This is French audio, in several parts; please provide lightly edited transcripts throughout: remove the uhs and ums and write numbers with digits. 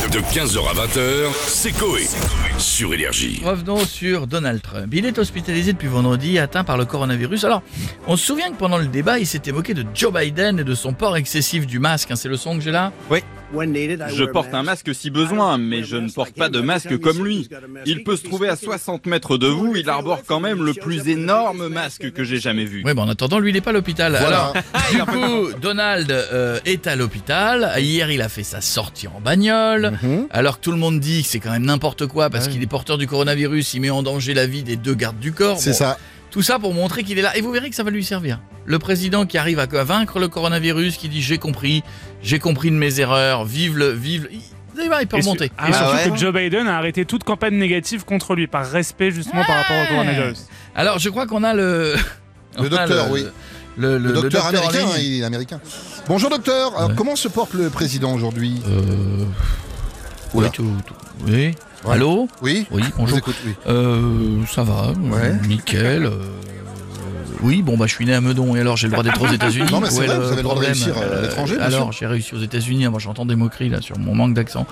De 15h à 20h, c'est Coé. Sur Énergie. Revenons sur Donald Trump. Il est hospitalisé depuis vendredi, atteint par le coronavirus. Alors, on se souvient que pendant le débat, il s'était moqué de Joe Biden et de son port excessif du masque. C'est le son que j'ai là ? Oui. Je porte un masque si besoin, mais je ne porte pas de masque comme lui. Il peut se trouver à 60 mètres de vous, il arbore quand même le plus énorme masque que j'ai jamais vu. Oui, en attendant, lui, il n'est pas à l'hôpital. Voilà. Alors, du coup, Donald est à l'hôpital. Hier, il a fait sa sortie en bagnole. Alors que tout le monde dit que c'est quand même n'importe quoi parce qu'il est porteur du coronavirus, il met en danger la vie des 2 gardes du corps. C'est ça. Tout ça pour montrer qu'il est là. Et vous verrez que ça va lui servir. Le président qui arrive à vaincre le coronavirus, qui dit j'ai compris de mes erreurs, vive le... Il peut remonter. Et surtout que Joe Biden a arrêté toute campagne négative contre lui, par respect justement par rapport au coronavirus. Alors je crois qu'on a le... Le docteur, oui. Le docteur américain, en ligne. il est américain. Bonjour docteur, alors, comment se porte le président aujourd'hui? Oula. Oui, oui. Ouais. Allô? Oui. Oui, Je bonjour. vous écoute, oui. Ça va, Ouais. nickel. Oui, bon, je suis né à Meudon et alors j'ai le droit d'être aux États-Unis. Non, mais c'est Où est vrai, vous avez le droit de problème réussir à l'étranger, bien Alors, sûr. j'ai réussi aux États-Unis. Moi, j'entends des moqueries là sur mon manque d'accent.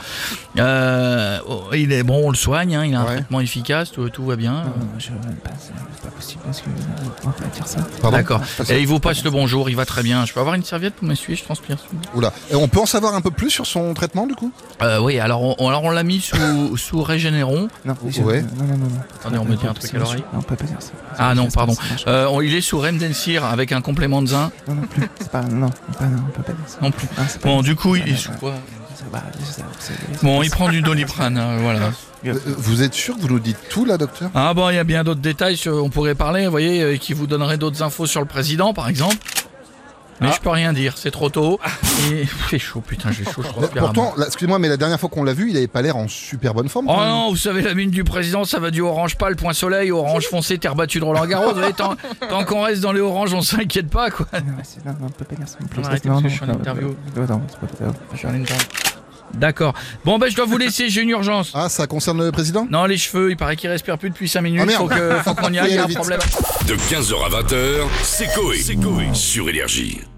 Il est bon, on le soigne, hein, il a un Ouais. traitement efficace, tout va bien. C'est pas possible parce que on va pas dire ça. Pardon. D'accord. Et il vous passe le bonjour, il va très bien. Je peux avoir une serviette pour m'essuyer, je transpire. Oula. Et on peut en savoir un peu plus sur son traitement du coup? Oui, alors on l'a mis sous Régénéron. Non, Ouais. non. Attendez, on me dit un truc à l'oreille. Non, on peut pas dire ça. Ah non, pardon. Ça marche pas. Il est sous Remdesivir avec un complément de zinc. Non, non plus. C'est pas. Non, on peut pas dire ça. Non plus. Ah, c'est pas- Bon, du coup, il c'est est pas- sous quoi? Bon, Bon, il prend du Doliprane, voilà. Vous êtes sûr que vous nous dites tout là, docteur? Ah bon, il y a bien d'autres détails, on pourrait parler, vous voyez, qui vous donneraient d'autres infos sur le président, par exemple. Mais je peux rien dire, c'est trop tôt. Et il fait chaud, putain, j'ai chaud, je transpire. Pourtant, là, excusez-moi, mais la dernière fois qu'on l'a vu, il avait pas l'air en super bonne forme. Oh quand même. non, vous savez, la mine du président, ça va du orange pâle, point soleil, orange foncé, terre battue de Roland Garros. Vous voyez, tant qu'on reste dans les oranges, on s'inquiète pas, quoi. Non, on peut pas dire ça. On arrête parce que je suis en interview. Non, c'est pas. Je suis en interview. D'accord. Bon, je dois vous laisser, j'ai une urgence. Ah, ça concerne le président? Non, les cheveux, il paraît qu'il respire plus depuis 5 minutes. Ah, merde. Faut qu'on y aille, il y a un Vite. problème. De 15h à 20h, c'est Coé. Sur Énergie.